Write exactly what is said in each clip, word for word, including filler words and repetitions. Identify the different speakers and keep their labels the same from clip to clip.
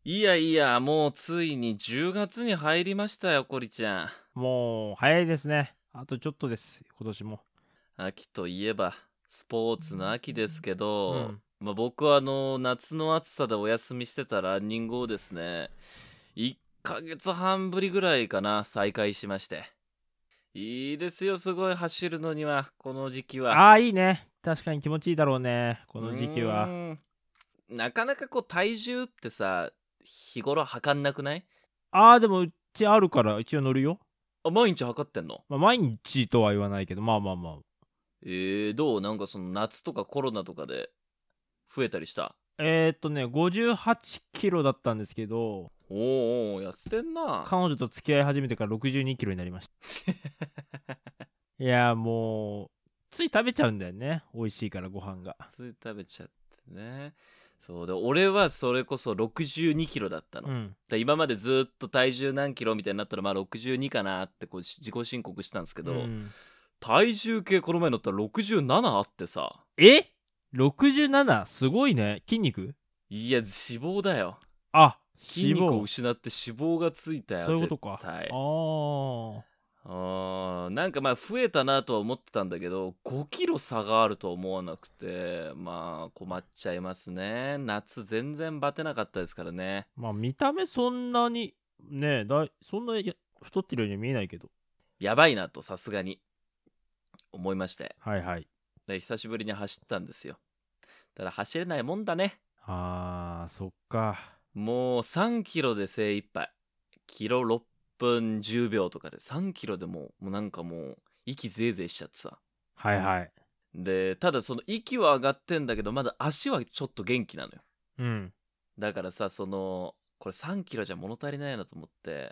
Speaker 1: いやいや、もうついにじゅうがつに入りましたよ、コリちゃん。
Speaker 2: もう早いですね。あとちょっとです、今年も。
Speaker 1: 秋といえば、スポーツの秋ですけど、
Speaker 2: うん。
Speaker 1: まあ、僕はあの、夏の暑さでお休みしてたランニングをですね、いっかげつはんぶりぐらいかな、再開しまして。いいですよ、すごい走るのには、この時期は。
Speaker 2: ああ、いいね。確かに気持ちいいだろうね、こ
Speaker 1: う
Speaker 2: の時期は。
Speaker 1: ーん。なかなかこう体重ってさ、日頃測んなくない？
Speaker 2: ああ、でもうちあるから一応乗るよ。
Speaker 1: あ、毎日測ってんの？
Speaker 2: まあ、毎日とは言わないけど、まあまあまあ。
Speaker 1: えー、どうなんかその夏とかコロナとかで増えたりした？
Speaker 2: えー、っとね、ごじゅうはちキロだったんですけど、
Speaker 1: おーおー、痩せてんな。
Speaker 2: 彼女と付き合い始めてからろくじゅうにキロになりました。いや、もう、つい食べちゃうんだよね。美味しいからご飯が。
Speaker 1: つい食べちゃってね。そうで、俺はそれこそろくじゅうにキロだったの。
Speaker 2: うん。
Speaker 1: で今までずっと体重何キロみたいになったらまあろくじゅうにかなってこう自己申告したんですけど、
Speaker 2: うん、
Speaker 1: 体重計この前乗ったらろくじゅうななあってさ。
Speaker 2: え ?ろくじゅうなな? すごいね。筋肉？
Speaker 1: いや脂肪だよ。
Speaker 2: あ、
Speaker 1: 筋肉を
Speaker 2: 脂肪。
Speaker 1: 失って脂肪がついたよ絶
Speaker 2: そういうことか。
Speaker 1: 対。
Speaker 2: ああ。
Speaker 1: あーなんかまあ増えたなとは思ってたんだけどごキロ差があるとは思わなくて、まあ困っちゃいますね。夏全然バテなかったですからね。
Speaker 2: まあ見た目そんなに、ねだい、そんなや太ってるようには見えないけど。
Speaker 1: やばいなとさすがに思いまして、
Speaker 2: はいはい。
Speaker 1: で久しぶりに走ったんですよ。ただ走れないもんだね。
Speaker 2: あー、そっか。
Speaker 1: もうさんキロで精一杯。キロろっぷんじゅうびょうとかでさんキロでもうもうなんかもう息ぜいぜいしちゃってさ。
Speaker 2: はいはい。
Speaker 1: でただその息は上がってんだけどまだ足はちょっと元気なのよ。
Speaker 2: うん。
Speaker 1: だからさ、そのこれさんキロじゃ物足りないなと思って、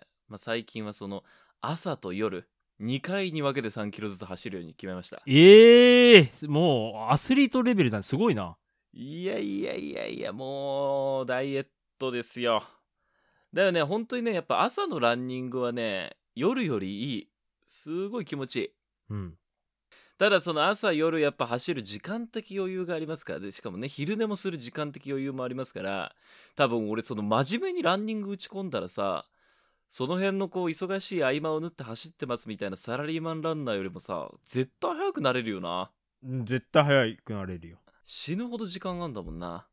Speaker 1: まあ、最近はその朝と夜にかいに分けてさんキロずつ走るように決めました。
Speaker 2: ええー、もうアスリートレベルだね。すごいな。
Speaker 1: いやいやいやいや、もうダイエットですよ。だよね、本当にね、やっぱ朝のランニングはね、夜よりいい。すごい気持ちいい。
Speaker 2: うん。
Speaker 1: ただその朝夜やっぱ走る時間的余裕がありますから、でしかもね昼寝もする時間的余裕もありますから、多分俺その真面目にランニング打ち込んだらさ、その辺のこう忙しい合間を縫って走ってますみたいなサラリーマンランナーよりもさ絶対速くなれるよな。
Speaker 2: 絶対速くなれるよ。
Speaker 1: 死ぬほど時間があんだもんな。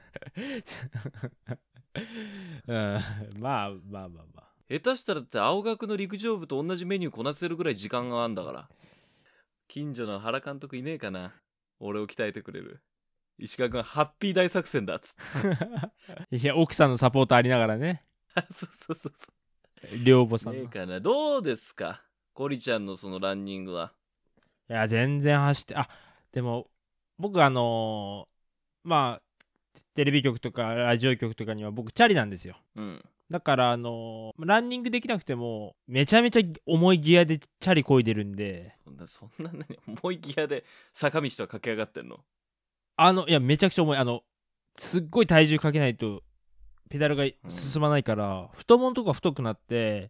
Speaker 2: うん、まあまあまあまあ。
Speaker 1: 下手したらって青学の陸上部と同じメニューこなせるぐらい時間があんだから。近所の原監督いねえかな、俺を鍛えてくれる。石川君ハッピー大作戦だっつって
Speaker 2: いや、奥さんのサポートありながらね。
Speaker 1: そうそうそうそ
Speaker 2: 寮母さんの。
Speaker 1: うねえかな。どうですかコリちゃんのそのランニングは？
Speaker 2: いや、全然走って、あ、でも、僕、あのーまあ、テレビ局とかラジオ局とかには僕、チャリなんですよ。
Speaker 1: うん。
Speaker 2: だから、あのーランニングできなくても、めちゃめちゃ重いギアでチャリ漕いでるんで、
Speaker 1: そんなそんな何重いギアで坂道とか駆け上がってんの？
Speaker 2: あの、いや、めちゃくちゃ重い。あの、すっごい体重かけないと、ペダルが
Speaker 1: うん。
Speaker 2: 進まないから、太ももとか太くなって、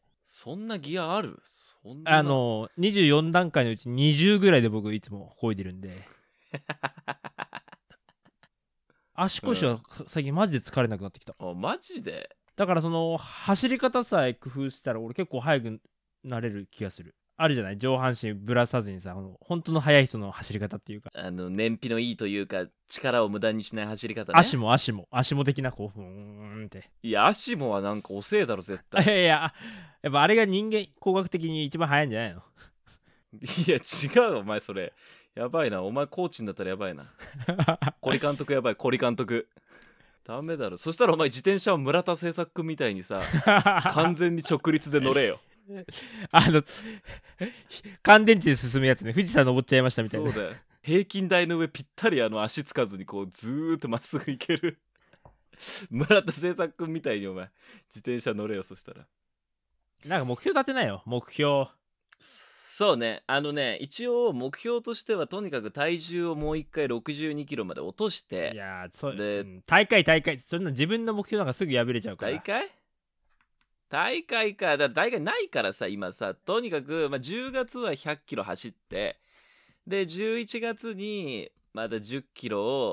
Speaker 1: そんなギアある？そん
Speaker 2: あ
Speaker 1: な。
Speaker 2: のー、にじゅうよん段階のうちにじゅうぐらいで僕、いつも漕いでるんで、足腰は
Speaker 1: うん。
Speaker 2: 最近マジで疲れなくなってきた。
Speaker 1: あ、マジで？
Speaker 2: だからその走り方さえ工夫したら俺結構速くなれる気がする。あるじゃない、上半身ぶらさずにさ、本当の速い人の走り方っていうか、
Speaker 1: あの燃費のいいというか力を無駄にしない走り方
Speaker 2: 足
Speaker 1: ね。
Speaker 2: も足も足も的なこうふーんって。
Speaker 1: いや足もはなんか遅えだろ絶対。
Speaker 2: いやいや、やっぱあれが人間工学的に一番速いんじゃないの？
Speaker 1: いや違うお前それ。やばいな、お前コーチになったらやばいな。コリ監督やばい、コリ監督。ダメだろ。そしたらお前自転車を村田製作君みたいにさ完全に直立で乗れよ。
Speaker 2: あの乾電池で進むやつね、富士山登っちゃいましたみたいな。
Speaker 1: そうだよ。平均台の上ぴったりあの足つかずにこうずーっとまっすぐ行ける村田製作君みたいにお前自転車乗れよ。そしたら
Speaker 2: なんか目標立てないよ、目標。
Speaker 1: そうね、あのね一応目標としてはとにかく体重をもう一回ろくじゅうにキロまで落とし
Speaker 2: い
Speaker 1: て、
Speaker 2: やーそう、う
Speaker 1: で
Speaker 2: ん、大会大会、そんな自分の目標なんかすぐ破れちゃうから。
Speaker 1: 大会大会か。だ大会ないからさ今さ。とにかく、まあ、じゅうがつはひゃっキロ走って、でじゅういちがつにまたじゅっキロを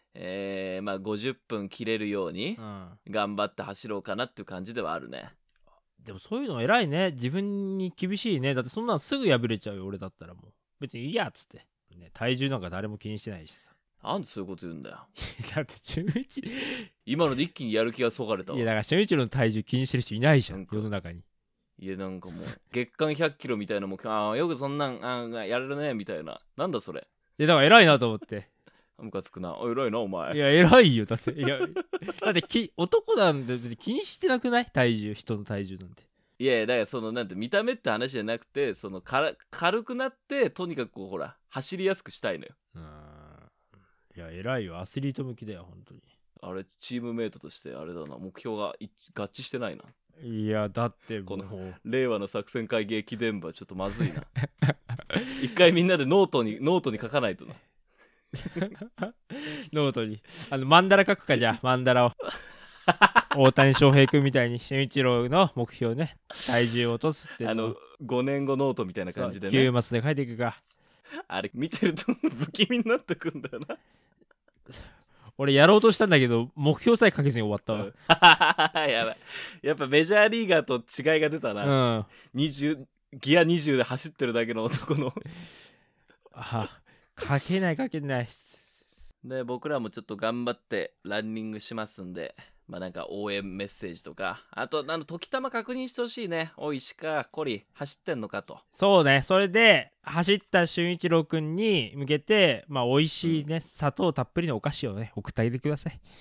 Speaker 1: えー、まあごじゅっぷん切れるように
Speaker 2: うん
Speaker 1: 頑張って走ろうかなっていう感じではあるね。
Speaker 2: でもそういうの偉いね。自分に厳しいね。だってそんなのすぐ破れちゃうよ、俺だったらもう。別にいいやっつって。ね、体重なんか誰も気にしてないしさ。
Speaker 1: なんでそういうこと言うんだよ。
Speaker 2: だって俊一、
Speaker 1: 今ので一気にやる気がそがれたわ。
Speaker 2: いやだから俊一郎の体重気にしてる人いないじゃん、
Speaker 1: なんか
Speaker 2: 世の中に。
Speaker 1: いやなんかもう月間ひゃっキロみたいな目標、ああよくそんなんあーやれるねみたいな。なんだそれ。
Speaker 2: いやだから偉いなと思って。
Speaker 1: ムカつくな。おい偉いなお前。
Speaker 2: いや偉いよ。だっていやだってき男なんで別に気にしてなくない？体重、人の体重なんて。
Speaker 1: いやいやだからそのなんて見た目って話じゃなくて、そのから軽くなってとにかくこうほら走りやすくしたいのよ。
Speaker 2: うーん。いや偉いよ。アスリート向きだよ本当に。
Speaker 1: あれチームメイトとしてあれだな、目標が一合致してないな。
Speaker 2: いやだって
Speaker 1: この
Speaker 2: もう
Speaker 1: 令和の作戦会議駅伝部はちょっとまずいな。一回みんなでノートにノートに書かないとな。
Speaker 2: ノートにあのマンダラ書くか、じゃあマンダラを大谷翔平君みたいに俊一郎の目標ね、体重を落とすって
Speaker 1: あのごねんごノートみたいな感じで
Speaker 2: きゅう
Speaker 1: ね。
Speaker 2: マスで書いていくか。
Speaker 1: あれ見てると不気味になってくんだよな。
Speaker 2: 俺やろうとしたんだけど目標さえ書けずに終わったわ。
Speaker 1: うんやばい。やっぱメジャーリーガーと違いが出たな。
Speaker 2: うん、
Speaker 1: にじゅうギアにじゅうで走ってるだけの男の。
Speaker 2: あ書けない書けない。
Speaker 1: で僕らもちょっと頑張ってランニングしますんで、まあなんか応援メッセージとか、あとあの時たま確認してほしいね。おい石川コリ走ってんのかと。
Speaker 2: そうね、それで走った俊一郎君に向けてまあ美味しいね、うん、砂糖たっぷりのお菓子をね送ってあげてください。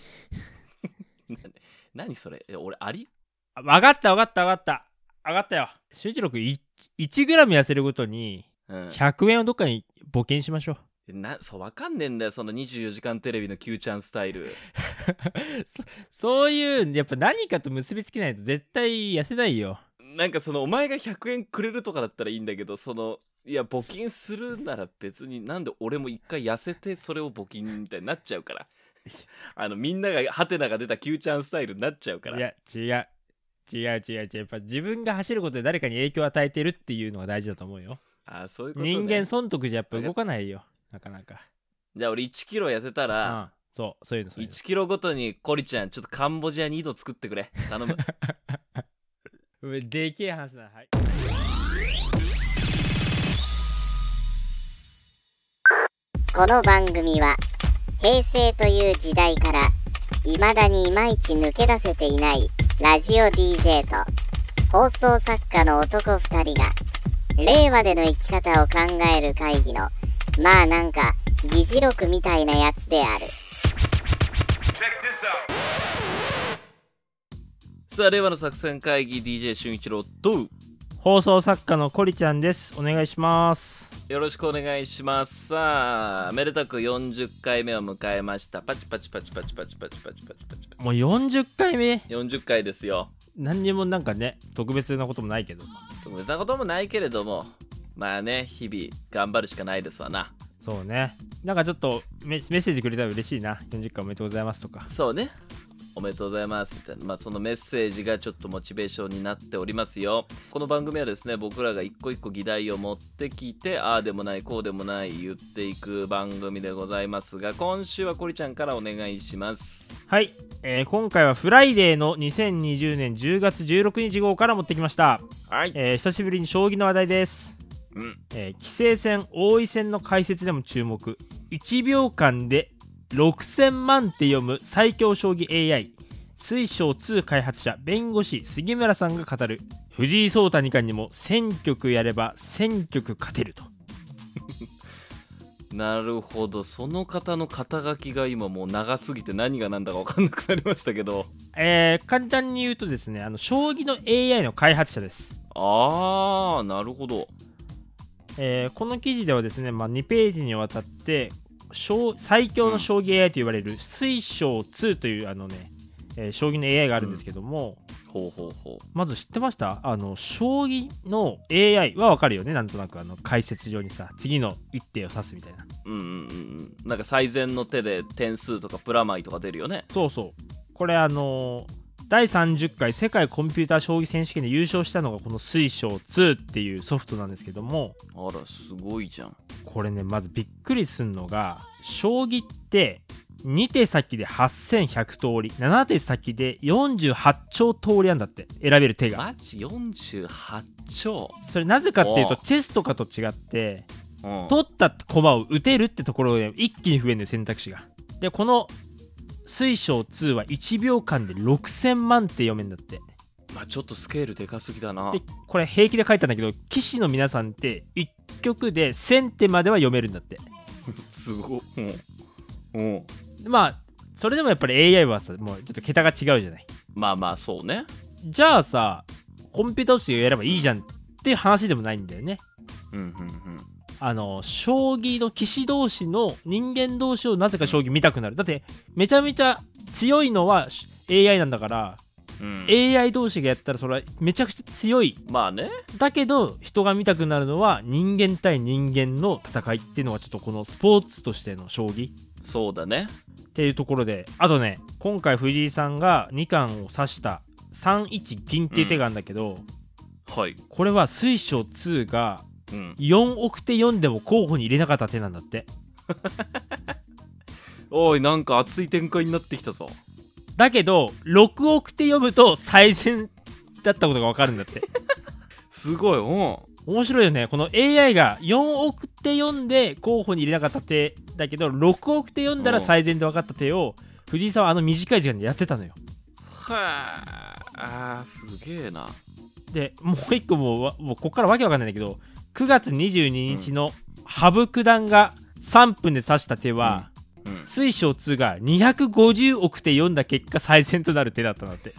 Speaker 1: 何それ、え俺あり
Speaker 2: 分かった分かった分かった分かったよ。俊一郎君 いちグラム 痩せるごとにひゃくえんをどっかに募金しましょう。
Speaker 1: なそうわかんねえんだよそのにじゅうよじかんテレビの Q ちゃんスタイル。
Speaker 2: そ, そういうやっぱ何かと結びつけないと絶対痩せないよ。
Speaker 1: なんかそのお前がひゃくえんくれるとかだったらいいんだけど、そのいや募金するなら別になんで俺も一回痩せてそれを募金みたいになっちゃうから。あのみんながハテナが出た Q ちゃんスタイルになっちゃうから。
Speaker 2: いや違う違う違う違う、やっぱ自分が走ることで誰かに影響を与えてるっていうのが大事だと思うよ。
Speaker 1: あそういうことね。
Speaker 2: 人間損得じゃやっぱ動かないよなかなか。
Speaker 1: じゃあ俺いちキロ痩せたら、
Speaker 2: うん、そうそういうのそういうの
Speaker 1: いちキロごとにコリちゃんちょっとカンボジアに井戸作ってくれ頼む。
Speaker 2: でけえ話だ。はい、
Speaker 3: この番組は平成という時代から未だにいまいち抜け出せていないラジオ ディージェー と放送作家の男ふたりが令和での生き方を考える会議のまあなんか議事録みたいなやつである。
Speaker 1: さあ令和の作戦会議 ディージェー 俊一郎と
Speaker 2: 放送作家のコリちゃんです。お願いします。
Speaker 1: よろしくお願いします。さあめでたくよんじゅっかいめを迎えました。パチパチパチパチパチパチパチパチパチパチ。
Speaker 2: もうよんじゅっかいめ。
Speaker 1: よんじゅっかいですよ。
Speaker 2: 何にもなんかね特別なこともないけど。
Speaker 1: 特別なこともないけれども、まあね日々頑張るしかないですわな。
Speaker 2: そうね、なんかちょっと メ, メッセージくれたら嬉しいな。よんじゅっかいおめでとうございますとか。
Speaker 1: そうね、おめでとうございますみたいな、まあそのメッセージがちょっとモチベーションになっておりますよ。この番組はですね、僕らが一個一個議題を持ってきて、ああでもないこうでもない言っていく番組でございますが、今週はコリちゃんからお願いします。
Speaker 2: はい、えー、今回はフライデーのにせんにじゅうねんじゅうがつじゅうろくにち号から持ってきました。
Speaker 1: はい、
Speaker 2: えー、久しぶりに将棋の話題です。
Speaker 1: うん
Speaker 2: えー、棋聖戦王位戦の解説でも注目。いちびょうかんでろくせんまんって読む最強将棋 エーアイ 水匠に開発者弁護士杉村さんが語る藤井聡太二冠にもせんきょくやればせんきょく勝てると。
Speaker 1: なるほど、その方の肩書きが今もう長すぎて何が何だか分かんなくなりましたけど、
Speaker 2: えー、簡単に言うとですね、あの将棋の エーアイ の開発者です。
Speaker 1: あーなるほど。
Speaker 2: えー、この記事ではですね、まあ、にページにわたって最強の将棋 エーアイ と言われる水匠にというあのね、えー、将棋の エーアイ があるんですけども、
Speaker 1: うん、ほうほうほう。
Speaker 2: まず知ってました？あの将棋の エーアイ はわかるよね、なんとなくあの解説上にさ次の一手を指すみたいな。
Speaker 1: うんうんうん。なんか最善の手で点数とかプラマイとか出るよね。
Speaker 2: そうそう。これあのーだいさんじゅっかい世界コンピューター将棋選手権で優勝したのがこの水匠にっていうソフトなんですけども、
Speaker 1: あらすごいじゃん。
Speaker 2: これねまずびっくりするのが、将棋ってに手先ではっせんひゃく通り、なな手先でよんじゅうはち丁通りあんだって、選べる手が。
Speaker 1: マジよんじゅうはち丁。
Speaker 2: それなぜかっていうと、
Speaker 1: おう
Speaker 2: チェスとかと違って、
Speaker 1: うん
Speaker 2: 取った駒を打てるってところで一気に増えるんだよ、選択肢が。で、この水晶にはいちびょうかんでろくせんまん手読めんだって。
Speaker 1: まあちょっとスケールでかすぎだな。
Speaker 2: で、これ平気で書いたんだけど、棋士の皆さんっていっ局でせん手までは読めるんだって。
Speaker 1: すごっ。うん、うん、
Speaker 2: まあそれでもやっぱり エーアイ はさ、もうちょっと桁が違うじゃない。
Speaker 1: まあまあそうね。
Speaker 2: じゃあさ、コンピューター同士をやればいいじゃんっていう話でもないんだよね。
Speaker 1: うんうんうん。
Speaker 2: あの将棋の棋士同士の人間同士をなぜか将棋見たくなる。だってめちゃめちゃ強いのは エーアイ なんだから、うん、エーアイ 同士がやったらそれはめちゃくちゃ強い。
Speaker 1: まあね。
Speaker 2: だけど人が見たくなるのは人間対人間の戦いっていうのはちょっとこのスポーツとしての将棋。
Speaker 1: そうだね。
Speaker 2: っていうところで、あとね、今回藤井さんがに冠を指したさんいち銀っていう手があるんだけど、
Speaker 1: うん、はい。
Speaker 2: これは水晶にが
Speaker 1: うん、
Speaker 2: よん億手読んでも候補に入れなかった手なんだって
Speaker 1: おい、なんか熱い展開になってきたぞ。
Speaker 2: だけどろくおく手読むと最善だったことが分かるんだって
Speaker 1: すごい。うん、
Speaker 2: 面白いよね。この エーアイ がよんおく手読んで候補に入れなかった手だけどろくおく手読んだら最善で分かった手を藤井さんはあの短い時間でやってたのよ。
Speaker 1: はあ、あーすげえな。
Speaker 2: でもう一個もうもうここからわけわかんないんだけど、くがつにじゅうににちの羽生九段がさんぷんで指した手は、うんうん、水晶にがにひゃくごじゅうおく手読んだ結果再戦となる手だったんだって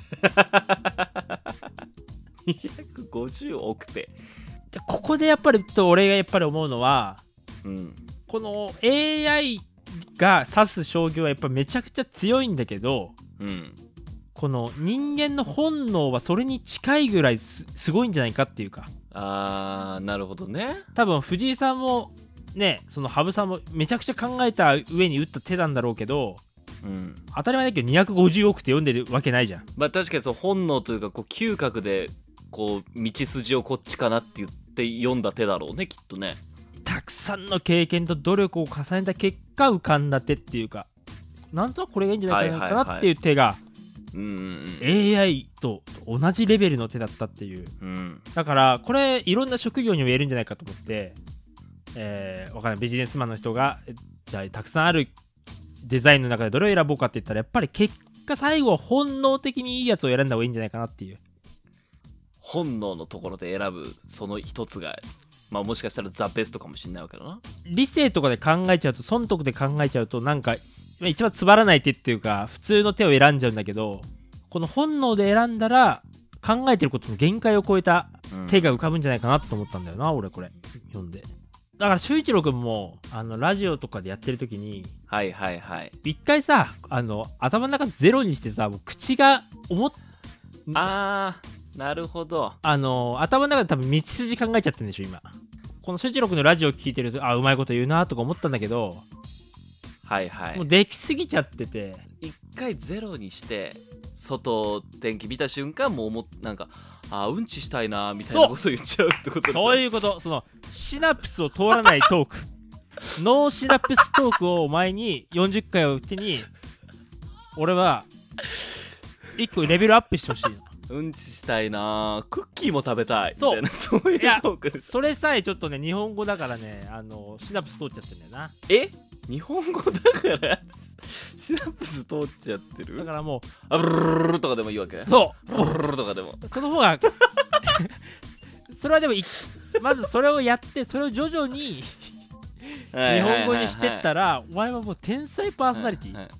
Speaker 1: にひゃくごじゅうおく手で、
Speaker 2: ここでやっぱりちょっと俺がやっぱり思うのは、
Speaker 1: うん、
Speaker 2: この エーアイ が指す将棋はやっぱめちゃくちゃ強いんだけど、
Speaker 1: うん、
Speaker 2: この人間の本能はそれに近いぐらい す, すごいんじゃないかっていうか。
Speaker 1: あー、なるほどね。
Speaker 2: 多分藤井さんもね、その羽生さんもめちゃくちゃ考えた上に打った手なんだろうけど、
Speaker 1: うん、
Speaker 2: 当たり前だけどにひゃくごじゅうおく手読んでるわけないじゃん。
Speaker 1: まあ確かにそう、本能というかこう嗅覚でこう道筋をこっちかなって言って読んだ手だろうね、きっとね。
Speaker 2: たくさんの経験と努力を重ねた結果浮かんだ手っていうか、なんとなくこれがいいんじゃないかなっていう手が、
Speaker 1: うんうんうん、
Speaker 2: エーアイ と同じレベルの手だったっていう、
Speaker 1: うん、
Speaker 2: だからこれいろんな職業にも言えるんじゃないかと思って、えー、わかんない、ビジネスマンの人がじゃあたくさんあるデザインの中でどれを選ぼうかって言ったら、やっぱり結果最後は本能的にいいやつを選んだ方がいいんじゃないかなっていう。
Speaker 1: 本能のところで選ぶその一つが、まあもしかしたらザ・ベストかもしれないわけだな。
Speaker 2: 理性とかで考えちゃうと、損得で考えちゃうと、なんか一番つまらない手っていうか普通の手を選んじゃうんだけど、この本能で選んだら考えてることの限界を超えた手が浮かぶんじゃないかなと思ったんだよな、うん、俺これ読んで。だから秀一郎くんもあのラジオとかでやってる時に、
Speaker 1: はいはいはい、
Speaker 2: 一回さ、あの頭の中ゼロにしてさ、もう口が思っ
Speaker 1: あー、なるほど。
Speaker 2: あの頭の中で多分道筋考えちゃってるんでしょ今。この秀一郎くんのラジオ聞いてると、あ、うまいこと言うなとか思ったんだけど、
Speaker 1: はいはい、
Speaker 2: もうできすぎちゃってて、
Speaker 1: 一回ゼロにして外天気見た瞬間もう思っなんか、あーうんちしたいなみたいなこと言っちゃうってことでしょ。
Speaker 2: そういうこと。そのシナプスを通らないトークノーシナプストークを前によんじゅっかいを手に、俺はいっこレベルアップしてほしいの。
Speaker 1: うんちしたいな、クッキーも食べたいみ
Speaker 2: そう
Speaker 1: たいな、そういうトークです。
Speaker 2: それさえちょっとね、日本語だからね、あのシナプス通っちゃってんだよな。
Speaker 1: え、日本語だからシナプス通っちゃってる。
Speaker 2: だからもう
Speaker 1: あブルルルルとかでもいいわけ。
Speaker 2: そう
Speaker 1: ブルルルルとかでも
Speaker 2: その方がそれはでもいまずそれをやって、それを徐々に日本語にしてったら、お前はもう天才パーソナリティ、はいはい、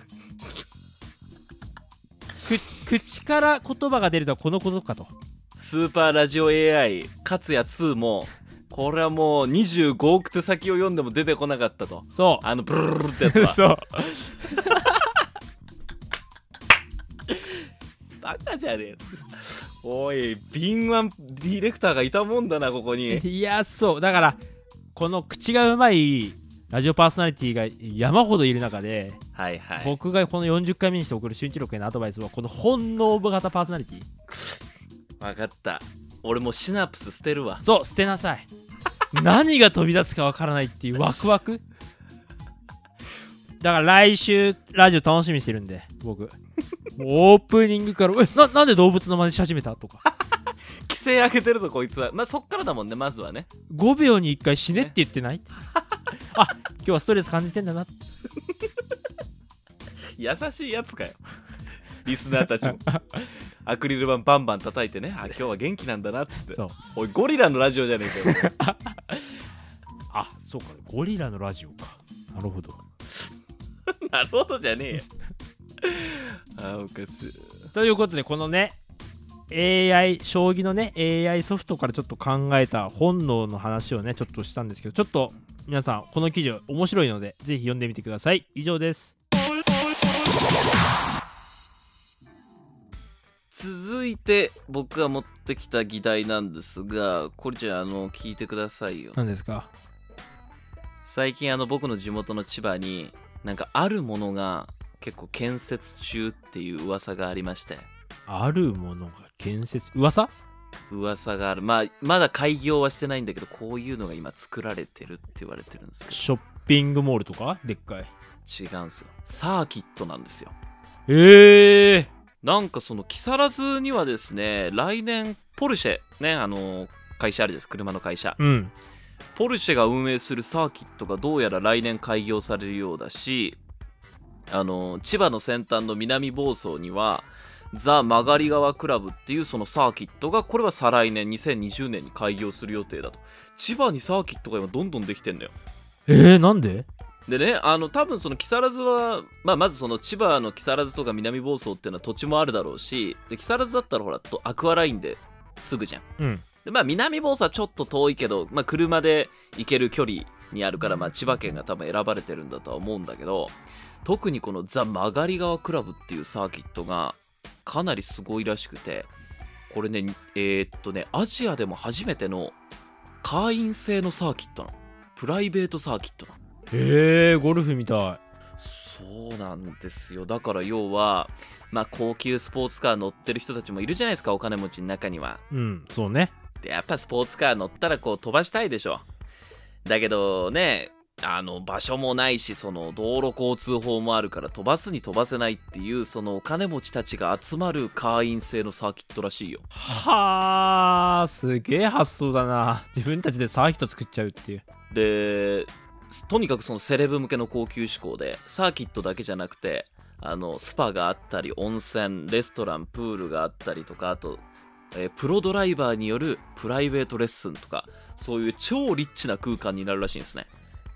Speaker 2: 口から言葉が出るとはこのことかと。
Speaker 1: スーパーラジオ エーアイ かつやにもこれはもうにじゅうごおく手先を読んでも出てこなかったと。
Speaker 2: そう、
Speaker 1: あのブルルルルってやつは
Speaker 2: そう
Speaker 1: バカじゃねえ。おい、敏腕ディレクターがいたもんだなここに。
Speaker 2: いや、そうだからこの口がうまいラジオパーソナリティが山ほどいる中で、
Speaker 1: はいはい、
Speaker 2: 僕がこのよんじゅっかいめにして送る俊一郎君へのアドバイスは、この本能型パーソナリティ。
Speaker 1: 分かった、俺もシナプス捨てるわ。
Speaker 2: そう、捨てなさい何が飛び出すかわからないっていうワクワク。 だから来週ラジオ楽しみにしてるんで僕もうオープニングからえ な, なんで動物の真似し始めたとか
Speaker 1: 規制上げてるぞこいつは。まあそっからだもんね、まずはね。
Speaker 2: ごびょうにいっかい死ねって言ってない、ね、あ今日はストレス感じてんだな
Speaker 1: 優しいやつかよリスナーたちもアクリル板バンバン叩いてね、あ今日は元気なんだなっつって。そうおいゴリラのラジオじゃねえかよ
Speaker 2: あそうかゴリラのラジオか。なるほど
Speaker 1: なるほどじゃねえよあおかしい。
Speaker 2: ということでこのね エーアイ 将棋のね エーアイ ソフトからちょっと考えた本能の話をねちょっとしたんですけど、ちょっと皆さんこの記事面白いのでぜひ読んでみてください。以上です。
Speaker 1: 続いて僕が持ってきた議題なんですが、これじゃああの聞いてくださいよ。
Speaker 2: 何ですか？
Speaker 1: 最近あの僕の地元の千葉になんかあるものが結構建設中っていう噂がありまして。
Speaker 2: あるものが建設噂
Speaker 1: 噂がある。まあまだ開業はしてないんだけど、こういうのが今作られてるって言われてるんですけど。
Speaker 2: ショッピングモールとかでっかい？
Speaker 1: 違うんですよ。サーキットなんですよ。
Speaker 2: へえー。
Speaker 1: なんかその木更津にはですね、来年ポルシェね、あの会社あるです、車の会社、
Speaker 2: うん、
Speaker 1: ポルシェが運営するサーキットがどうやら来年開業されるようだし、あの千葉の先端の南房総にはザ・曲がり川クラブっていうそのサーキットが、これは再来年にせんにじゅうねんに開業する予定だと。千葉にサーキットが今どんどんできてんのよ。
Speaker 2: えー、なんで？
Speaker 1: でね、あの多分その木更津は、まあ、まずその千葉の木更津とか南房総っていうのは土地もあるだろうし、で木更津だったらほらとアクアラインですぐじゃん、
Speaker 2: うん、
Speaker 1: でまあ南房総はちょっと遠いけど、まあ、車で行ける距離にあるから、まあ、千葉県が多分選ばれてるんだとは思うんだけど、特にこのザ・曲がり川クラブっていうサーキットがかなりすごいらしくて、これねえー、っとねアジアでも初めての会員制のサーキットなの。プライベートサーキットなの。
Speaker 2: へえー、ゴルフみたい。
Speaker 1: そうなんですよ。だから要はまあ高級スポーツカー乗ってる人たちもいるじゃないですか、お金持ちの中には。
Speaker 2: うんそうね。
Speaker 1: でやっぱスポーツカー乗ったらこう飛ばしたいでしょ。だけどね、あの場所もないし、その道路交通法もあるから飛ばすに飛ばせないっていう、そのお金持ちたちが集まる会員制のサーキットらしいよ。
Speaker 2: はあ、すげえ発想だな。自分たちでサーキット作っちゃうっていう。
Speaker 1: でとにかくそのセレブ向けの高級志向で、サーキットだけじゃなくてあのスパがあったり、温泉、レストラン、プールがあったりとか、あと、えー、プロドライバーによるプライベートレッスンとか、そういう超リッチな空間になるらしいんですね。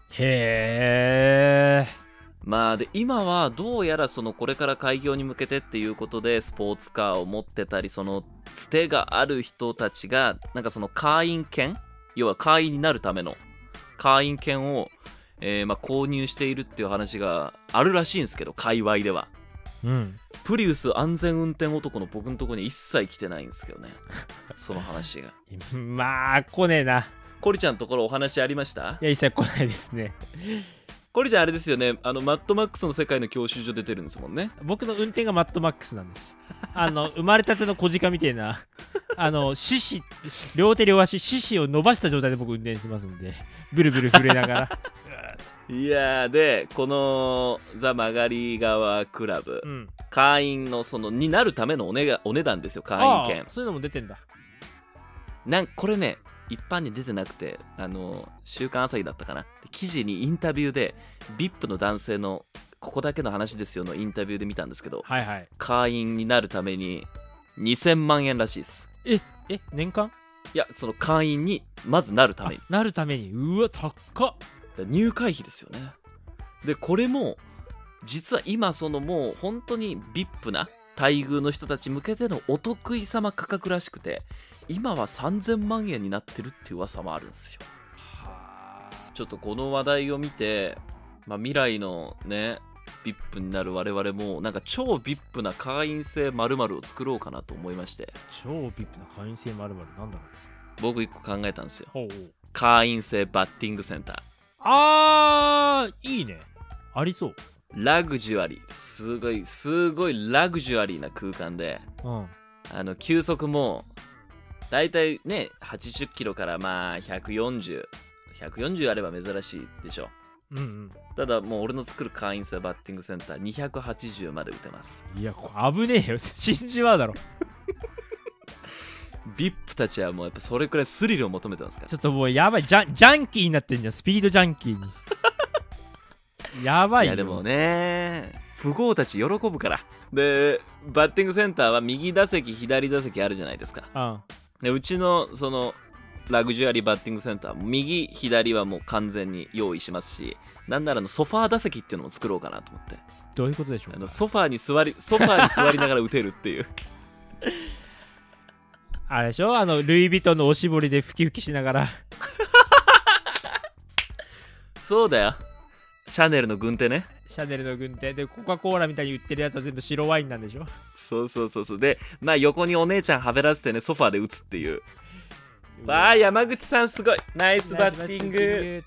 Speaker 2: へえ。
Speaker 1: まあで今はどうやらそのこれから開業に向けてっていうことで、スポーツカーを持ってたり、そのつてがある人たちがなんかその会員権、要は会員になるための会員権を、えーまあ、購入しているっていう話があるらしいんですけど、界隈では、
Speaker 2: うん、
Speaker 1: プリウス安全運転男の僕のところに一切来てないんですけどねその話が
Speaker 2: まあ来ねえな。
Speaker 1: コリちゃんのところお話ありました？
Speaker 2: いや一切来ないですね。
Speaker 1: コリちゃんあれですよね、あのマッドマックスの世界の教習所出てるんですもんね。
Speaker 2: 僕の運転がマッドマックスなんです。あの生まれたての小鹿みたいな、あの獅子、両手両足獅子を伸ばした状態で僕運転してますんで、ブルブル震えながら
Speaker 1: いやー、でこのザ・曲がり川クラブ、うん、会員のそのになるためのお,、ね、お値段ですよ、会員権。
Speaker 2: そういうのも出てんだ。
Speaker 1: なんこれね一般に出てなくて、あの週刊朝日だったかな、記事にインタビューで ブイアイピー の男性のここだけの話ですよのインタビューで見たんですけど、
Speaker 2: はいはい、
Speaker 1: 会員になるためににせんまんえんらしいです。
Speaker 2: ええ年間？
Speaker 1: いや、その会員にまずなるために。
Speaker 2: なるために、うわ高っ。
Speaker 1: 入会費ですよね。でこれも実は今そのもう本当に ブイアイピー な待遇の人たち向けてのお得意様価格らしくて、今はさんぜんまんえんになってるっていう噂もあるんですよ。はあ、ちょっとこの話題を見て、まあ、未来のね ブイアイピー になる我々もなんか超 ブイアイピー な会員制〇〇を作ろうかなと思いまして。
Speaker 2: 超 ブイアイピー な会員制〇〇なんだろう。
Speaker 1: 僕一個考えたんですよ。
Speaker 2: ほうほう。
Speaker 1: 会員制バッティングセンター。
Speaker 2: あーいいね、ありそう。
Speaker 1: ラグジュアリー、すごいすごいラグジュアリーな空間で、
Speaker 2: うん、
Speaker 1: あの球速もだいたいねはちじゅっキロからまあひゃくよんじゅう、ひゃくよんじゅうあれば珍しいでしょ。
Speaker 2: うんうん、
Speaker 1: ただもう俺の作る会員制バッティングセンターにひゃくはちじゅうまで打てます。
Speaker 2: いや危ねえよ死んじまうだろ
Speaker 1: ブイアイピー たちはもうやっぱそれくらいスリルを求めてますから。
Speaker 2: ちょっともうやばい、ジャン、ジャンキーになってんじゃん、スピードジャンキーにやばいよ。
Speaker 1: いやでもね、富豪たち喜ぶから。でバッティングセンターは右打席左打席あるじゃないですか。
Speaker 2: うん、
Speaker 1: でうちのそのラグジュアリーバッティングセンターも右左はもう完全に用意しますし、なんならのソファー打席っていうのも作ろうかなと思って。
Speaker 2: どういうことでしょうか。
Speaker 1: あのソファーに座りソファーに座りながら打てるっていう
Speaker 2: あれでしょ、あのルイ・ヴィトンのおしぼりでふきふきしながら
Speaker 1: そうだよ、シャネルの軍手ね。
Speaker 2: シャネルの軍手でコカ・コーラみたいに売ってるやつは全部白ワインなんでしょ。
Speaker 1: そうそうそうそう。でまあ横にお姉ちゃんはべらせてね、ソファーで打つっていう。わあ山口さんすごいナイスバッティング
Speaker 2: って、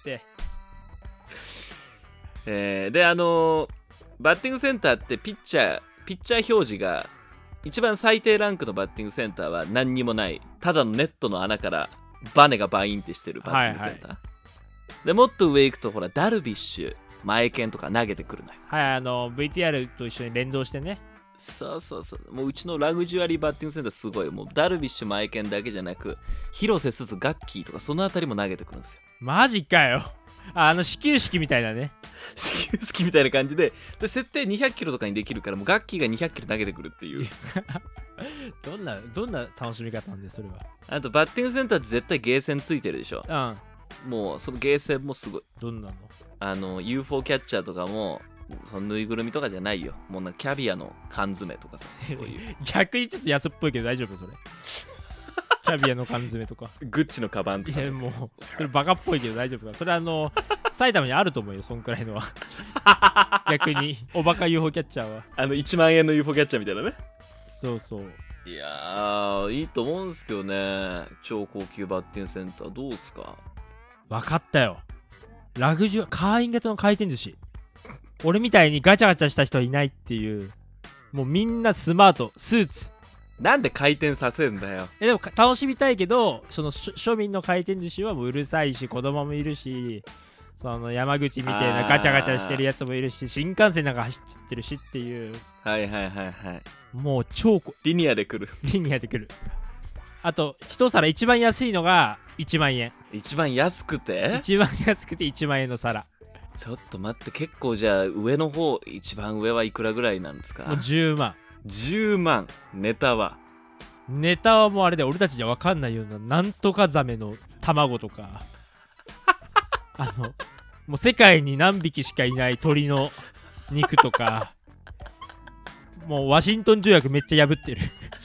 Speaker 1: えー、であのー、バッティングセンターってピッチャーピッチャー表示が一番最低ランクのバッティングセンターは何にもない、ただのネットの穴からバネがバインってしてるバッティングセンター、はいはい、でもっと上行くとほらダルビッシュ前剣とか投げてくるのよ。
Speaker 2: はい、あの ブイティーアール と一緒に連動してね。
Speaker 1: そうそうそう、もううちのラグジュアリーバッティングセンターすごい、もうダルビッシュ前剣だけじゃなく広瀬すずガッキーとかそのあたりも投げてくるんですよ。
Speaker 2: マジかよ。あの始球式みたいなね
Speaker 1: 始球式みたいな感じで、で設定にひゃっキロとかにできるから、もうガッキーがにひゃっキロ投げてくるっていう
Speaker 2: どんなどんな楽しみ方なんでそれは。
Speaker 1: あとバッティングセンターって絶対ゲーセンついてるでしょ。
Speaker 2: うん、
Speaker 1: もうそのゲーセンもすごい。
Speaker 2: どんなの？
Speaker 1: あの ユーフォー キャッチャーとかもそのぬいぐるみとかじゃないよ、もうなんかキャビアの缶詰とかさそういう
Speaker 2: 逆にちょっと安っぽいけど大丈夫それキャビアの缶詰とか
Speaker 1: グッチのカバンとか。
Speaker 2: いやもうそれバカっぽいけど大丈夫か。それあの埼玉にあると思うよ、そんくらいのは逆におバカ ユーフォー キャッチャーは
Speaker 1: あのいちまんえんの ユーフォー キャッチャーみたいなね。
Speaker 2: そうそう。
Speaker 1: いやーいいと思うんすけどね、超高級バッティングセンターどうすか。
Speaker 2: 分かったよ、ラグジュア会員型の回転寿司俺みたいにガチャガチャした人はいないっていう、もうみんなスマートスーツ。
Speaker 1: なんで回転させんだよ。
Speaker 2: えでも楽しみたいけど、その庶民の回転寿司はもううるさいし、子供もいるし、その山口みたいなガチャガチャしてるやつもいるし、新幹線なんか走ってるしっていう。
Speaker 1: はいはいはいはい。
Speaker 2: もう超
Speaker 1: リニアで来る
Speaker 2: リニアで来る。あと一皿一番安いのがいちまんえん。
Speaker 1: 一番安くて
Speaker 2: 一番安くていちまんえんの皿。
Speaker 1: ちょっと待って、結構じゃあ上の方、一番上はいくらぐらいなんですか。
Speaker 2: もうじゅうまん。
Speaker 1: じゅうまん。ネタは
Speaker 2: ネタはもうあれで俺たちには分かんないようななんとかザメの卵とかあのもう世界に何匹しかいない鳥の肉とかもうワシントン条約めっちゃ破ってる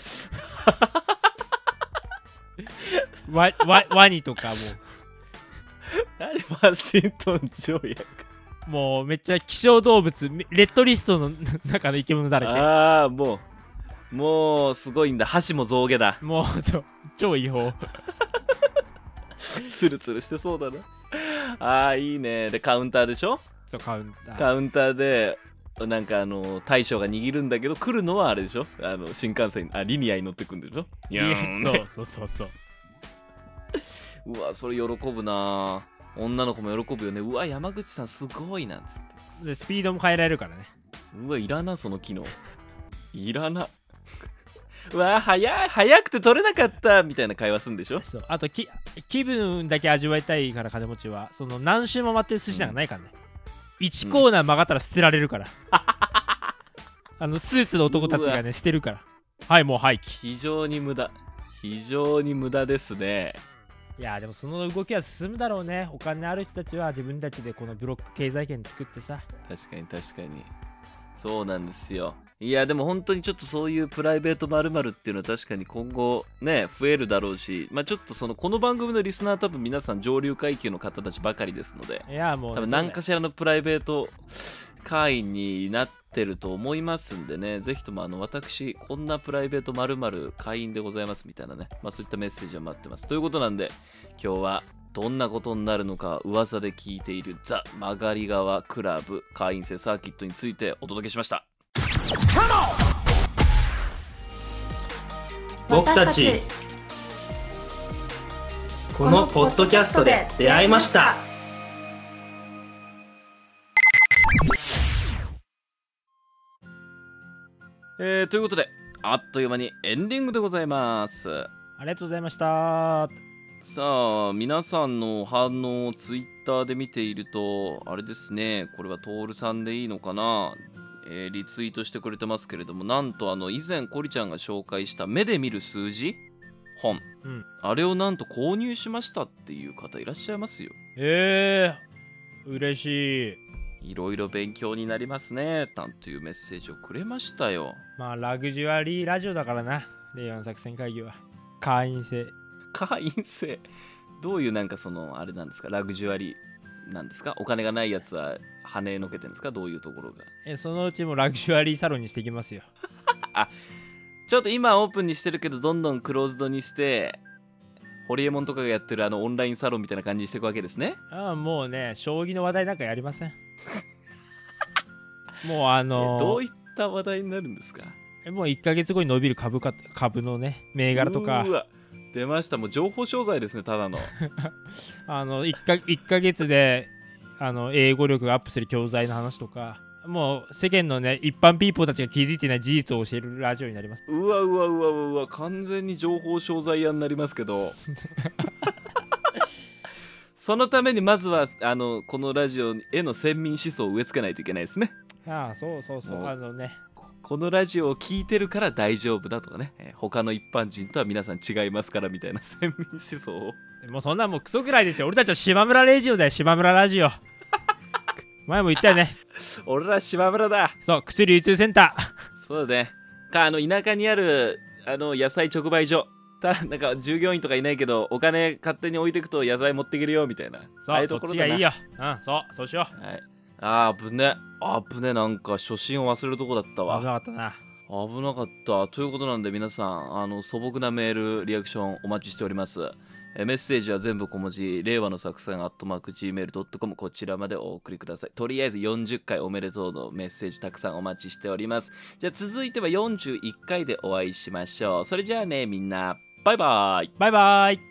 Speaker 2: ワ, ワ, ワニとかもう
Speaker 1: 何ワシントン条約
Speaker 2: もうめっちゃ希少動物レッドリストの中の生き物だらけ。
Speaker 1: ああもうもうすごいんだ、箸も象牙だ。
Speaker 2: もうそう超違法
Speaker 1: ツルツルしてそうだな。ああいいね。でカウンターでしょ。
Speaker 2: そうカウンター
Speaker 1: カウンターでなんかあの大将が握るんだけど、来るのはあれでしょ、あの新幹線あリニアに乗ってくんでしょ。
Speaker 2: いやそうそうそうそう
Speaker 1: うわそれ喜ぶな。女の子も喜ぶよね。うわ山口さんすごいなんつって。
Speaker 2: でスピードも変えられるからね。
Speaker 1: うわいらなその機能いらなうわ早い早くて取れなかったみたいな会話するんでしょ。
Speaker 2: そうあとき気分だけ味わいたいから金持ちはその何周も回ってる寿司なんかないからね、うん、いちコーナー曲がったら捨てられるから、うん、あのスーツの男たちがね捨てるから、はいもう廃棄。
Speaker 1: 非常に無駄非常に無駄ですね。
Speaker 2: いやでもその動きは進むだろうね。お金ある人たちは自分たちでこのブロック経済圏作ってさ。
Speaker 1: 確かに確かにそうなんですよ。いやでも本当にちょっとそういうプライベート〇〇っていうのは確かに今後ね増えるだろうし、まあちょっとそのこの番組のリスナー多分皆さん上流階級の方たちばかりですので、
Speaker 2: いやもう、ね、
Speaker 1: 多分何かしらのプライベート会員になってると思いますんでね、ぜひともあの私こんなプライベート〇〇会員でございますみたいなね、まあそういったメッセージを待ってますということなんで、今日はどんなことになるのか噂で聞いているザ・曲がり川クラブ会員制サーキットについてお届けしました。
Speaker 4: 僕たちこのポッドキャストで出会いました。
Speaker 1: えー、ということであっという間にエンディングでございます。
Speaker 2: ありがとうございました。
Speaker 1: さあ皆さんの反応をツイッターで見ているとあれですね、これはトールさんでいいのかな、えー、リツイートしてくれてますけれども、なんとあの以前コリちゃんが紹介した目で見る数字本、
Speaker 2: うん、
Speaker 1: あれをなんと購入しましたっていう方いらっしゃいますよ。
Speaker 2: えー、嬉しい。
Speaker 1: いろいろ勉強になりますねなんていうメッセージをくれましたよ。
Speaker 2: まあラグジュアリーラジオだからな、令和の作戦会議は会員制。
Speaker 1: 会員制どういうなんかそのあれなんですか、ラグジュアリーなんですか、お金がないやつは跳ねのけてるんですか、どういうところが。
Speaker 2: えそのうちもラグジュアリーサロンにしていきますよ。
Speaker 1: あ、ちょっと今オープンにしてるけどどんどんクローズドにしてホリエモンとかがやってるあのオンラインサロンみたいな感じにしていくわけですね。
Speaker 2: ああもうね、将棋の話題なんかやりません。もうあのー、
Speaker 1: どういった話題になるんですか。
Speaker 2: もういっかげつごに伸びる株価、株のね銘柄とか。
Speaker 1: うわ出ました、もう情報商材ですねただの。
Speaker 2: あの 1, かいっかげつであの英語力がアップする教材の話とか、もう世間のね一般ピーポーたちが気づいていない事実を教えるラジオになります。
Speaker 1: うわうわうわうわ、完全に情報商材屋になりますけど。そのためにまずはあのこのラジオへの先民思想を植え付けないといけないですね。
Speaker 2: ああそうそうそう、あのね
Speaker 1: このラジオを聞いてるから大丈夫だとかね、えー他の一般人とは皆さん違いますからみたいな先民思想を。
Speaker 2: もうそんなんもうクソくらいですよ。俺たちは島村ラジオだよ、島村ラジオ。前も言ったよね。
Speaker 1: 俺ら島村だ。
Speaker 2: そう薬流通センター。
Speaker 1: そうだね。かあの田舎にあるあの野菜直売所、たなんか従業員とかいないけどお金勝手に置いていくと野菜持っていけるよみたいな。ああ
Speaker 2: そ
Speaker 1: いううところだな。
Speaker 2: そっちがいいよ。うんそうそうしよう。
Speaker 1: はい。あー危ね危ね、なんか初心を忘れるとこだったわ。
Speaker 2: 危なかったな。
Speaker 1: 危なかった。ということなんで皆さんあの素朴なメールリアクションお待ちしております。えメッセージは全部小文字、令和の作戦アットマーク ジーメールドットコム、こちらまでお送りください。とりあえずよんじゅっかいおめでとうのメッセージたくさんお待ちしております。じゃあ続いてはよんじゅういっかいでお会いしましょう。それじゃあねみんなバイバイ。
Speaker 2: バイバイ。